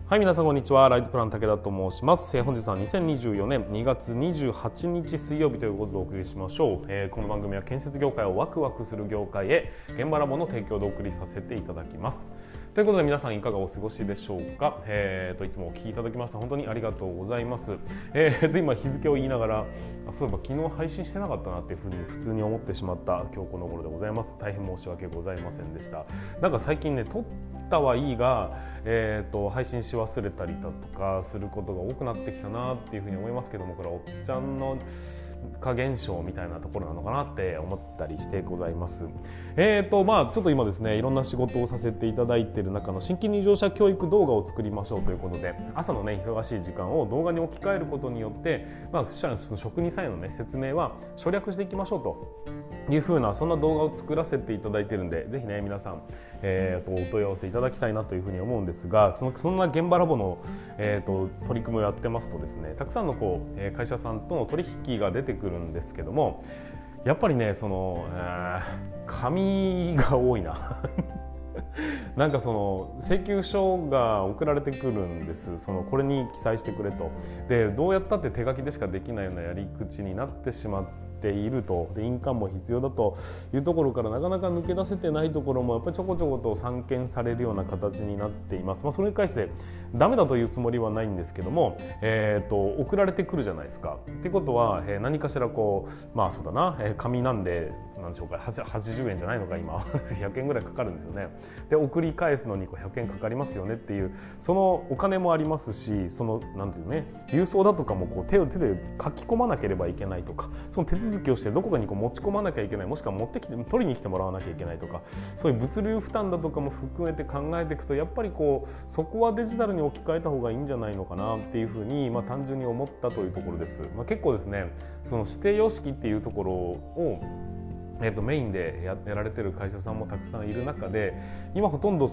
はい、皆さんこんにちは。ライトプラン武田と申します。本日は2024年2月28日水曜日ということでお送りしましょう。この番組は建設業界をワクワクする業界へ現場ラボの提供でお送りさせていただきます。ということで皆さんいかがお過ごしでしょうか。いつもお聞きいただきまして本当にありがとうございます。今日付を言いながらそういえば昨日配信してなかったなっていうふうに普通に思ってしまった今日この頃でございます。大変申し訳ございませんでした。なんか最近ね撮ったはいいが、配信し忘れたりだとかすることが多くなってきたなっていうふうに思いますけども、これはおっちゃんの化現象みたいなところなのかなって思ったりしてございます。ちょっと今ですねいろんな仕事をさせていただいている中の新規入場者教育動画を作りましょうということで、朝のね忙しい時間を動画に置き換えることによって、その職人さんへのね説明は省略していきましょうという風なそんな動画を作らせていただいているんで、ぜひね皆さん、お問い合わせいただきたいなというふうに思うんですが、そんな現場ラボの、取り組みをやってますとですね、たくさんの会社さんとの取引が出てくるんですけども、やっぱりね紙が多いななんか請求書が送られてくるんです。これに記載してくれと。でどうやったって手書きでしかできないようなやり口になってしまっていると。で印鑑も必要だというところからなかなか抜け出せてないところもやっぱりちょこちょこと散見されるような形になっています。それに関してダメだというつもりはないんですけども、送られてくるじゃないですか。っていうことは、何かしらそうだな、紙なんでなんでしょうか、80円じゃないのか今100円ぐらいかかるんですよね。で送り返すのに100円かかりますよねっていうそのお金もありますし、なんていうね、郵送だとかも手で書き込まなければいけないとか、その手続きをしてどこかに持ち込まなきゃいけない、もしくは持ってきて取りに来てもらわなきゃいけないとか、そういう物流負担だとかも含めて考えていくと、やっぱりそこはデジタルに置き換えた方がいいんじゃないのかなっていうふうに、単純に思ったというところです。結構ですね、その指定様式っていうところをメインで やられてる会社さんもたくさんいる中で、今ほとんど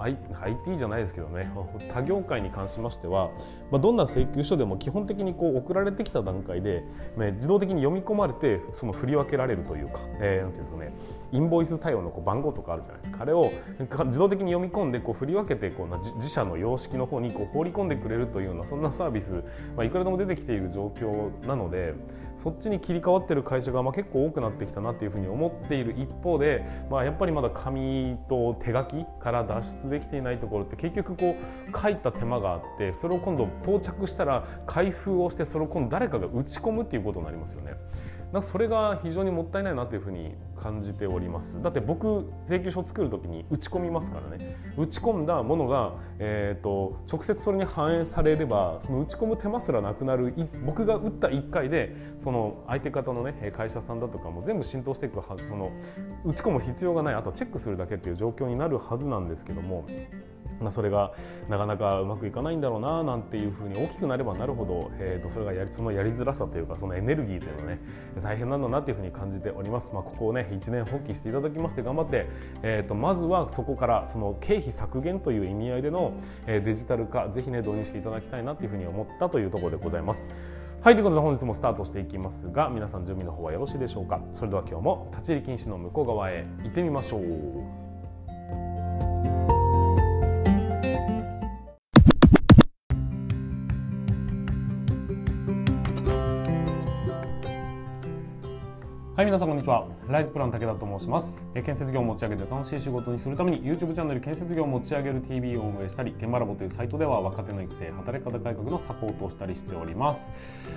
IT じゃないですけどね、他業界に関しましては、どんな請求書でも基本的に送られてきた段階で、自動的に読み込まれて振り分けられるというか、なんていうんですかね、インボイス対応の番号とかあるじゃないですか。あれを自動的に読み込んで振り分けて自社の様式の方に放り込んでくれるというようなそんなサービス、いくらでも出てきている状況なので、そっちに切り替わっている会社が結構多くなってきたなというふうに思っている一方で、やっぱりまだ紙と手書きから脱出できていないところって、結局書いた手間があって、それを今度到着したら開封をして、それを今度誰かが打ち込むっていうことになりますよね。それが非常にもったいないなというふうに感じております。だって僕請求書を作るときに打ち込みますからね。打ち込んだものが、直接それに反映されれば、その打ち込む手間すらなくなる。僕が打った1回でその相手方のね会社さんだとかも全部浸透していくはず、打ち込む必要がない、あとチェックするだけっていう状況になるはずなんですけども、それがなかなかうまくいかないんだろうななんていうふうに、大きくなればなるほど、それがそのやりづらさというか、そのエネルギーというのはね大変なんだなというふうに感じております。ここをね一年放棄していただきまして、頑張って、まずはそこからその経費削減という意味合いでの、デジタル化、ぜひね導入していただきたいなというふうに思ったというところでございます。はい、ということで本日もスタートしていきますが、皆さん準備の方はよろしいでしょうか。それでは今日も立ち入り禁止の向こう側へ行ってみましょう。はい、皆さんこんにちは。ライズプラン武田と申します。建設業を持ち上げて楽しい仕事にするために YouTube チャンネル建設業を持ち上げる TV を運営したり、現場ラボというサイトでは若手の育成、働き方改革のサポートをしたりしております。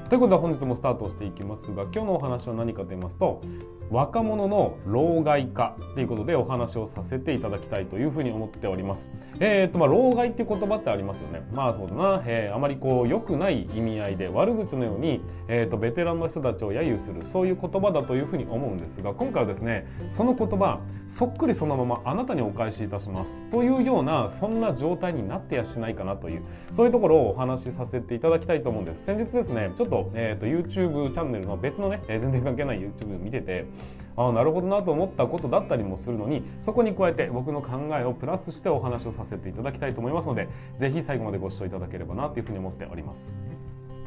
ということで本日もスタートしていきますが、今日のお話は何かと言いますと、若者の老害化ということでお話をさせていただきたいというふうに思っております。老害っていう言葉ってありますよね。そうだな、あまり良くない意味合いで悪口のように、ベテランの人たちを揶揄する、そういう言葉だというふうに思うんですが、今回はですねその言葉そっくりそのままあなたにお返しいたしますというような、そんな状態になってやしないかなという、そういうところをお話しさせていただきたいと思うんです。先日ですねちょっと、YouTube チャンネルの別のね、全然関係ない YouTube を見てて、なるほどなと思ったことだったりもするのに、そこに加えて僕の考えをプラスしてお話をさせていただきたいと思いますので、ぜひ最後までご視聴いただければなというふうに思っております。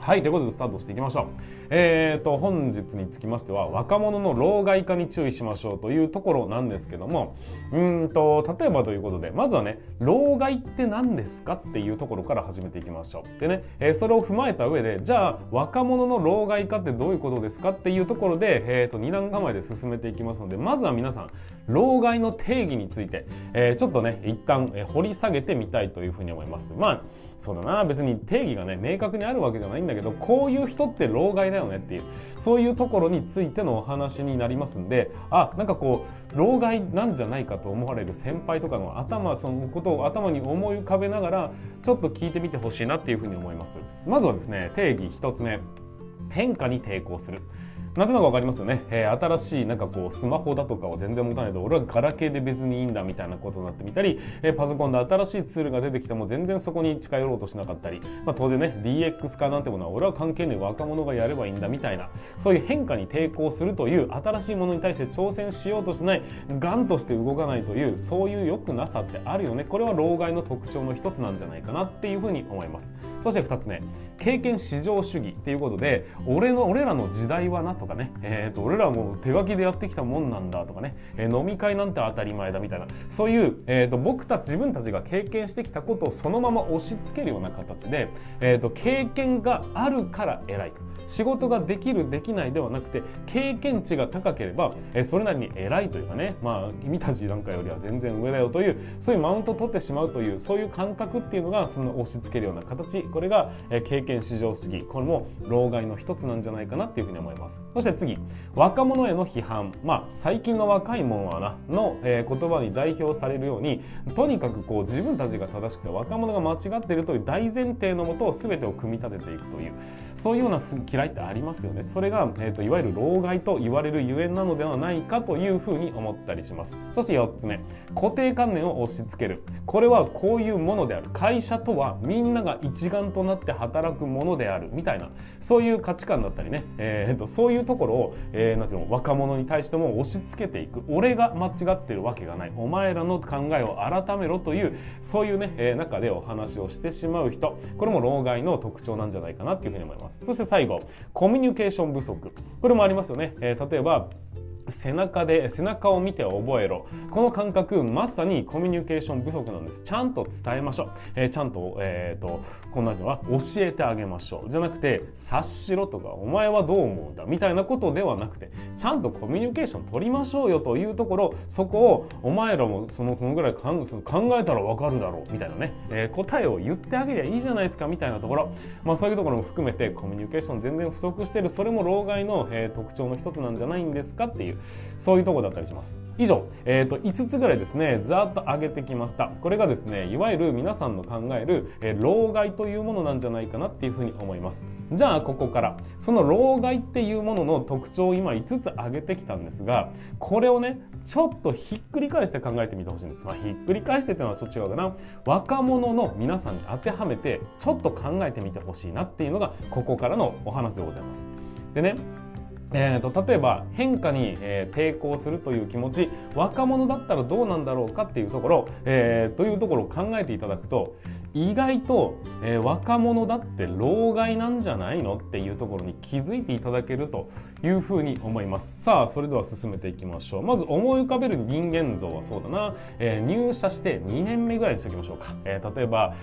はい、ということでスタートしていきましょう。本日につきましては若者の老害化に注意しましょうというところなんですけども、例えばということでまずはね、老害って何ですかっていうところから始めていきましょう。でね、それを踏まえた上で、じゃあ若者の老害化ってどういうことですかっていうところで、二段構えで進めていきますので、まずは皆さん老害の定義について、ちょっとね一旦、掘り下げてみたいというふうに思います。まあそうだな、別に定義がね明確にあるわけじゃないんだけど、こういう人って老害だよねっていう、そういうところについてのお話になりますんで、なんかこう老害なんじゃないかと思われる先輩とかのそのことを頭に思い浮かべながらちょっと聞いてみてほしいなっていうふうに思います。まずはですね、定義一つ目、変化に抵抗する。なんとなくわかりますよね。新しいなんかこうスマホだとかを全然持たないと、俺はガラケーで別にいいんだみたいなことになってみたり、パソコンで新しいツールが出てきても全然そこに近寄ろうとしなかったり、当然ね DX 化なんてものは俺は関係ない、若者がやればいいんだみたいな、そういう変化に抵抗するという、新しいものに対して挑戦しようとしない、ガンとして動かないという、そういう良くなさってあるよね。これは老害の特徴の一つなんじゃないかなっていうふうに思います。そして2つ目、経験至上主義っていうことで、俺らの時代はなとかね、俺らはもう手書きでやってきたもんなんだとかね、飲み会なんて当たり前だみたいな、そういう、自分たちが経験してきたことをそのまま押し付けるような形で、経験があるから偉いと、仕事ができるできないではなくて、経験値が高ければ、それなりに偉いというかね、君たちなんかよりは全然上だよという、そういうマウントを取ってしまうという、そういう感覚っていうのがその押し付けるような形、これが、経験至上主義、これも老害の一つなんじゃないかなっていうふうに思います。そして次、若者への批判、最近の若い者はなの、言葉に代表されるように、とにかくこう自分たちが正しくて若者が間違っているという大前提のもと全てを組み立てていくという、そういうような嫌いってありますよね。それが、いわゆる老害と言われるゆえんなのではないかというふうに思ったりします。そして4つ目、固定観念を押し付ける。これはこういうものである、会社とはみんなが一丸となって働くものであるみたいな、そういう価値観だったりね、そういうところを、なんていうの、若者に対しても押し付けていく。俺が間違ってるわけがない、お前らの考えを改めろという、そういうね、中でお話をしてしまう人、これも老害の特徴なんじゃないかなっていうふうに思います。そして最後、コミュニケーション不足、これもありますよね。例えば背中を見て覚えろ、この感覚まさにコミュニケーション不足なんです。ちゃんと伝えましょう、ちゃんと、こんなのは教えてあげましょうじゃなくて、察しろとかお前はどう思うんだみたいなことではなくて、ちゃんとコミュニケーション取りましょうよというところ、そこをお前らもこのぐらい考えたらわかるだろうみたいなね、答えを言ってあげりゃいいじゃないですかみたいなところ、そういうところも含めてコミュニケーション全然不足してる、それも老害の、特徴の一つなんじゃないんですかっていう、そういうところだったりします。以上、5つぐらいですね、ざーっと上げてきました。これがですね、いわゆる皆さんの考える、老害というものなんじゃないかなっていうふうに思います。じゃあここからその老害っていうものの特徴を今5つ挙げてきたんですが、これをねちょっとひっくり返して考えてみてほしいんです。ひっくり返してっていうのはちょっと違うかな。若者の皆さんに当てはめてちょっと考えてみてほしいなっていうのがここからのお話でございます。でね、例えば変化に、抵抗するという気持ち、若者だったらどうなんだろうかっていうところ、を考えていただくと、意外と、若者だって老害なんじゃないのっていうところに気づいていただけるというふうに思います。さあそれでは進めていきましょう。まず思い浮かべる人間像はそうだな、入社して2年目ぐらいにしておきましょうか。例えば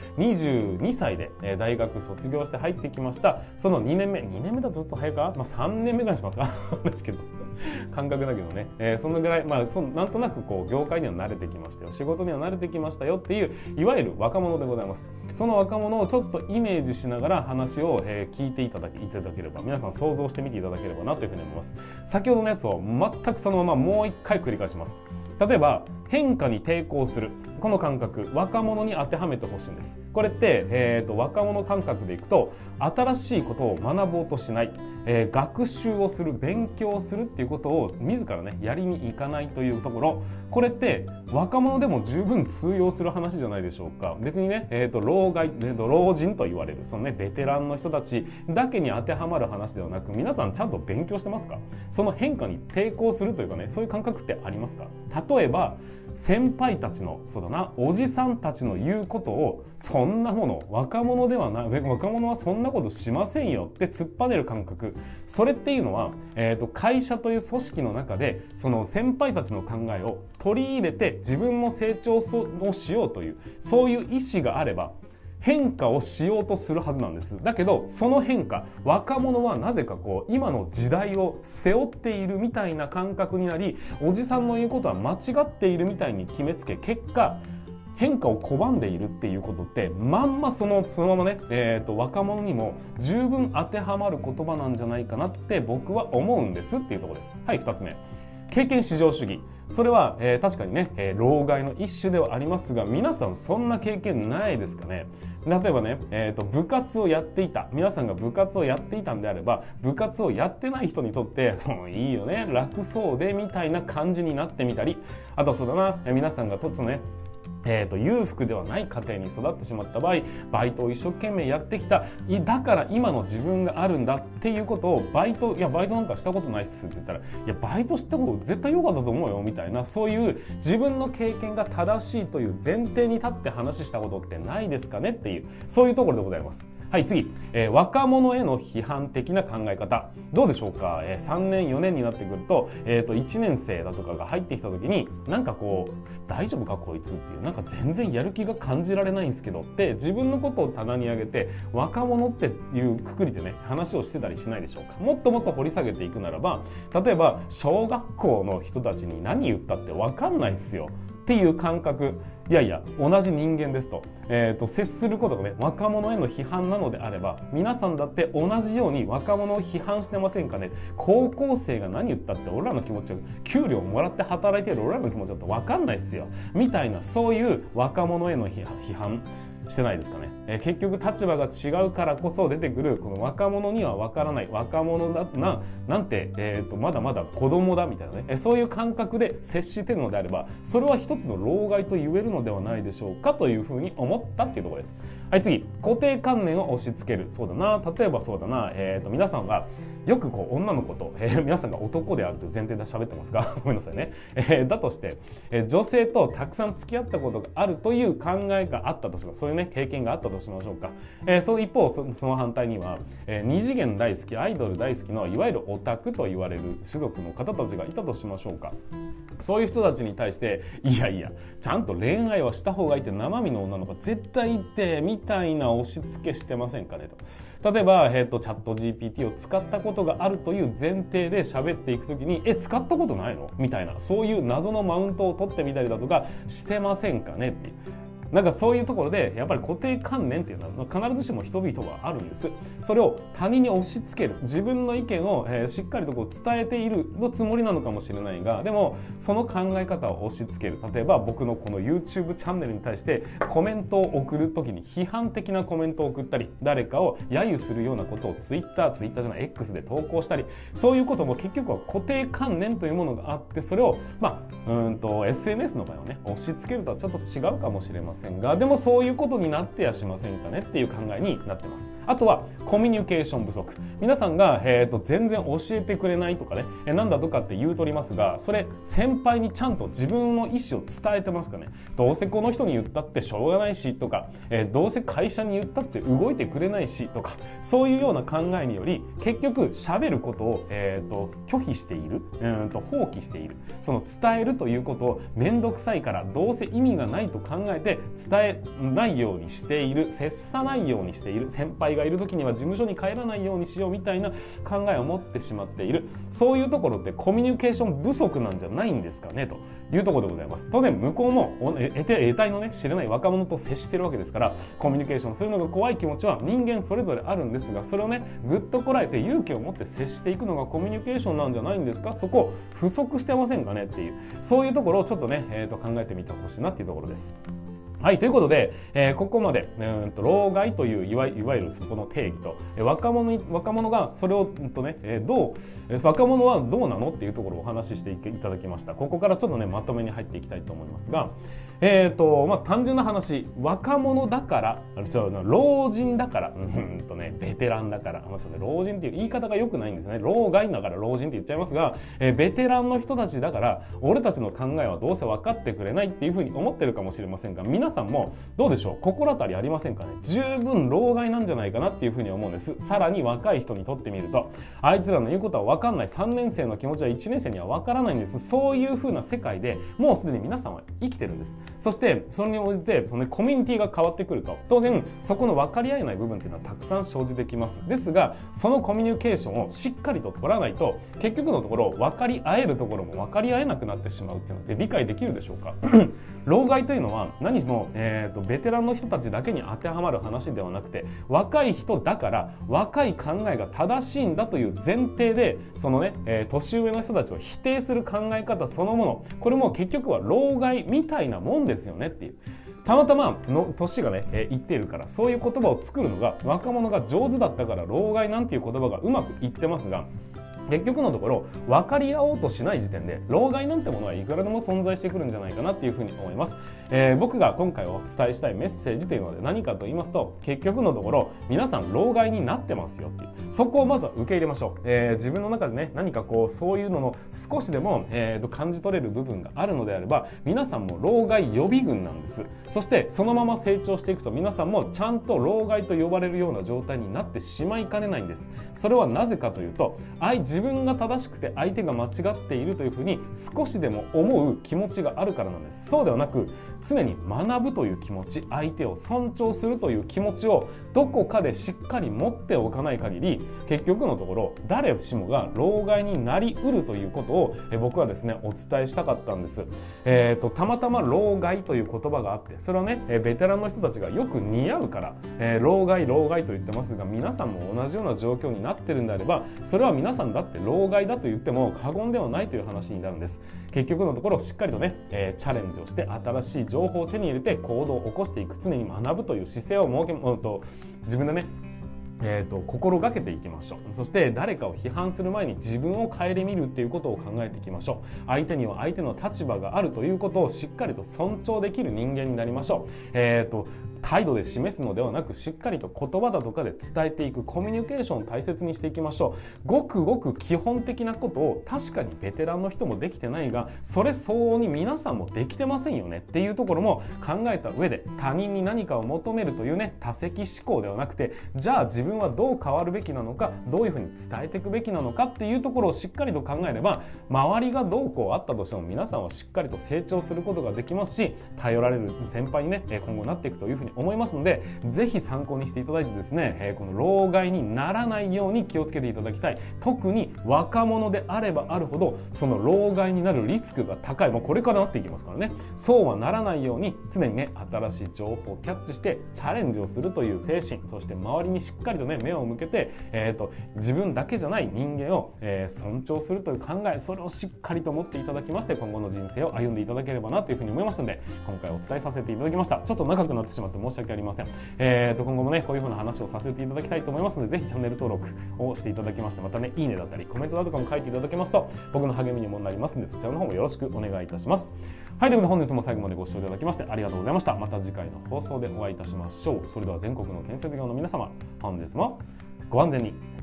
22歳で、大学卒業して入ってきました。その2年目だとちょっと早いか、3年目ぐらいにしますかですけど感覚だけどね、そのぐらい、なんとなくこう業界には慣れてきましたよ、仕事には慣れてきましたよっていう、いわゆる若者でございます。その若者をちょっとイメージしながら話を、聞いていただければ、皆さん想像してみていただければなというふうに思います。先ほどのやつを全くそのままもう一回繰り返します。例えば変化に抵抗する、この感覚若者に当てはめてほしいんです。これって、若者感覚でいくと、新しいことを学ぼうとしない、学習をする、勉強するっていうことを自らねやりに行かないというところ、これって若者でも十分通用する話じゃないでしょうか。別にね、老害、老人と言われるそのねベテランの人たちだけに当てはまる話ではなく、皆さんちゃんと勉強してますか？その変化に抵抗するというかね、そういう感覚ってありますか？例えば先輩たちのそうだなおじさんたちの言うことをそんなもの若者はそんなことしませんよって突っぱねる感覚、それっていうのは、会社という組織の中でその先輩たちの考えを取り入れて自分も成長をしようというそういう意思があれば変化をしようとするはずなんです。だけどその変化、若者はなぜか今の時代を背負っているみたいな感覚になり、おじさんの言うことは間違っているみたいに決めつけ、結果変化を拒んでいるっていうことってまんまそのままね、若者にも十分当てはまる言葉なんじゃないかなって僕は思うんですっていうところです。はい、2つ目、経験至上主義。それは、確かにね、老害の一種ではありますが、皆さんそんな経験ないですかね。例えばね、部活をやっていた皆さんが部活をやっていたんであれば、部活をやってない人にとっていいよね楽そうでみたいな感じになってみたり、あとそうだな、皆さんがちょっとね裕福ではない家庭に育ってしまった場合、バイトを一生懸命やってきた、だから今の自分があるんだっていうことをバイトなんかしたことないっすって言ったら、いやバイトしたこと絶対良かったと思うよみたいな、そういう自分の経験が正しいという前提に立って話したことってないですかねっていう、そういうところでございます。はい、次、若者への批判的な考え方どうでしょうか。3年4年になってくると、1年生だとかが入ってきた時になんか大丈夫かこいつっていう、なんか全然やる気が感じられないんですけどって自分のことを棚に上げて若者っていうくくりでね話をしてたりしないでしょうか。もっともっと掘り下げていくならば、例えば小学校の人たちに何言ったって分かんないっすよっていう感覚、いやいや同じ人間ですと、接することがね若者への批判なのであれば、皆さんだって同じように若者を批判してませんかね。高校生が何言ったって俺らの気持ちは、給料もらって働いている俺らの気持ちだって分かんないっすよみたいな、そういう若者への批判してないですかね。結局立場が違うからこそ出てくるこの若者には分からない、若者だなんて、まだまだ子供だみたいなね、そういう感覚で接しているのであれば、それは一つの老害と言えるのではないでしょうかというふうに思ったっていうところです。はい、次、固定観念を押し付ける。そうだな、例えばそうだな、皆さんがよく女の子と、皆さんが男であるという前提で喋ってますがごめんなさいね、だとして、女性とたくさん付き合ったことがあるという考えがあったとします。そういうね経験があったとしましょうか。その一方その反対には、二次元大好き、アイドル大好きのいわゆるオタクと言われる種族の方たちがいたとしましょうか。そういう人たちに対して、いやいやちゃんと恋愛はした方がいいって生身の女の子絶対言ってみたいな押し付けしてませんかねと。例えば、チャット GPT を使ったことがあるという前提で喋っていくときに、使ったことないのみたいな、そういう謎のマウントを取ってみたりだとかしてませんかねっていう。なんかそういうところでやっぱり固定観念っていうのは必ずしも人々はあるんです。それを他人に押し付ける、自分の意見を、しっかりと伝えているのつもりなのかもしれないが、でもその考え方を押し付ける、例えば僕のこの YouTube チャンネルに対してコメントを送るときに批判的なコメントを送ったり、誰かを揶揄するようなことをTwitter じゃない X で投稿したり、そういうことも結局は固定観念というものがあって、それをSNS の場合はね押し付けるとはちょっと違うかもしれませんが、でもそういうことになってやしませんかねっていう考えになってます。あとはコミュニケーション不足、皆さんが、全然教えてくれないとかね、なんだとかって言うとりますが、それ先輩にちゃんと自分の意思を伝えてますかね。どうせこの人に言ったってしょうがないしとか、どうせ会社に言ったって動いてくれないしとか、そういうような考えにより結局喋ることを、拒否している、放棄している、その伝えるということをめんどくさいからどうせ意味がないと考えて伝えないようにしている、接さないようにしている、先輩がいる時には事務所に帰らないようにしようみたいな考えを持ってしまっている、そういうところってコミュニケーション不足なんじゃないんですかねというところでございます。当然向こうも得体のね知れない若者と接しているわけですから、コミュニケーションするのが怖い気持ちは人間それぞれあるんですが、それをねぐっとこらえて勇気を持って接していくのがコミュニケーションなんじゃないんですか。そこ不足してませんかねっていう、そういうところをちょっとね、考えてみてほしいなっていうところです。 はい、ということで、ここまで老害といういわゆるそこの定義と、若者がそれを若者はどうなのっていうところをお話ししていただきました。ここからちょっとねまとめに入っていきたいと思いますが、単純な話、若者だから老人だからベテランだから、老人っていう言い方が良くないんですね。老害だから老人って言っちゃいますが、ベテランの人たちだから俺たちの考えはどうせ分かってくれないっていうふうに思ってるかもしれませんが、皆さんもどうでしょう、心当たりありませんかね。十分老害なんじゃないかなっていうふうに思うんです。さらに若い人にとってみると、あいつらの言うことは分かんない、3年生の気持ちは1年生には分からないんです。そういうふうな世界でもうすでに皆さんは生きてるんです。そしてそれに応じてそのコミュニティが変わってくると、当然そこの分かり合えない部分っていうのはたくさん生じてきます。ですが、そのコミュニケーションをしっかりと取らないと、結局のところ分かり合えるところも分かり合えなくなってしまうっていうので理解できるでしょうか。老害というのは何も、ベテランの人たちだけに当てはまる話ではなくて、若い人だから若い考えが正しいんだという前提で、そのね、年上の人たちを否定する考え方そのもの、これも結局は老害みたいなもんですよねっていう。たまたまの年がね、言っているから、そういう言葉を作るのが若者が上手だったから老害なんていう言葉がうまくいってますが、結局のところ分かり合おうとしない時点で老害なんてものはいくらでも存在してくるんじゃないかなっていうふうに思います。僕が今回お伝えしたいメッセージというのは何かと言いますと、結局のところ皆さん老害になってますよっていう、そこをまずは受け入れましょう。自分の中でね、何かこうそういうのの少しでも、感じ取れる部分があるのであれば、皆さんも老害予備軍なんです。そしてそのまま成長していくと、皆さんもちゃんと老害と呼ばれるような状態になってしまいかねないんです。それはなぜかというと、自分が正しくて相手が間違っているというふうに少しでも思う気持ちがあるからなんです。そうではなく、常に学ぶという気持ち、相手を尊重するという気持ちをどこかでしっかり持っておかない限り、結局のところ誰しもが老害になりうるということを僕はですねお伝えしたかったんです。たまたま老害という言葉があって、それはねベテランの人たちがよく似合うから、老害と言ってますが、皆さんも同じような状況になってるんであれば、それは皆さんだって老害だと言っても過言ではないという話になるんです。結局のところしっかりとね、チャレンジをして新しい情報を手に入れて行動を起こしていく、常に学ぶという姿勢を自分でね心がけていきましょう。そして誰かを批判する前に自分を顧みるっていうことを考えていきましょう。相手には相手の立場があるということをしっかりと尊重できる人間になりましょう。態度で示すのではなく、しっかりと言葉だとかで伝えていくコミュニケーションを大切にしていきましょう。ごくごく基本的なことを確かにベテランの人もできてないが、それ相応に皆さんもできてませんよねっていうところも考えた上で、他人に何かを求めるというね多責思考ではなくて、じゃあ自分はどう変わるべきなのか、どういうふうに伝えていくべきなのかっていうところをしっかりと考えれば、周りがどうこうあったとしても皆さんはしっかりと成長することができますし、頼られる先輩にね今後なっていくというふうに思いますので、ぜひ参考にしていただいてですね、この老害にならないように気をつけていただきたい。特に若者であればあるほどその老害になるリスクが高い。もうこれからなっていきますからね。そうはならないように常にね新しい情報をキャッチしてチャレンジをするという精神、そして周りにしっかりとね目を向けて、自分だけじゃない人間を、尊重するという考え、それをしっかりと持っていただきまして、今後の人生を歩んでいただければなというふうに思いましたので、今回お伝えさせていただきました。ちょっと長くなってしまって申し訳ありません。今後もねこういうふうな話をさせていただきたいと思いますので、ぜひチャンネル登録をしていただきまして、またねいいねだったりコメントだとかも書いていただけますと僕の励みにもなりますので、そちらの方もよろしくお願いいたします。はい、ということで本日も最後までご視聴いただきましてありがとうございました。また次回の放送でお会いいたしましょう。それでは全国の建設業の皆様、本日もご安全に。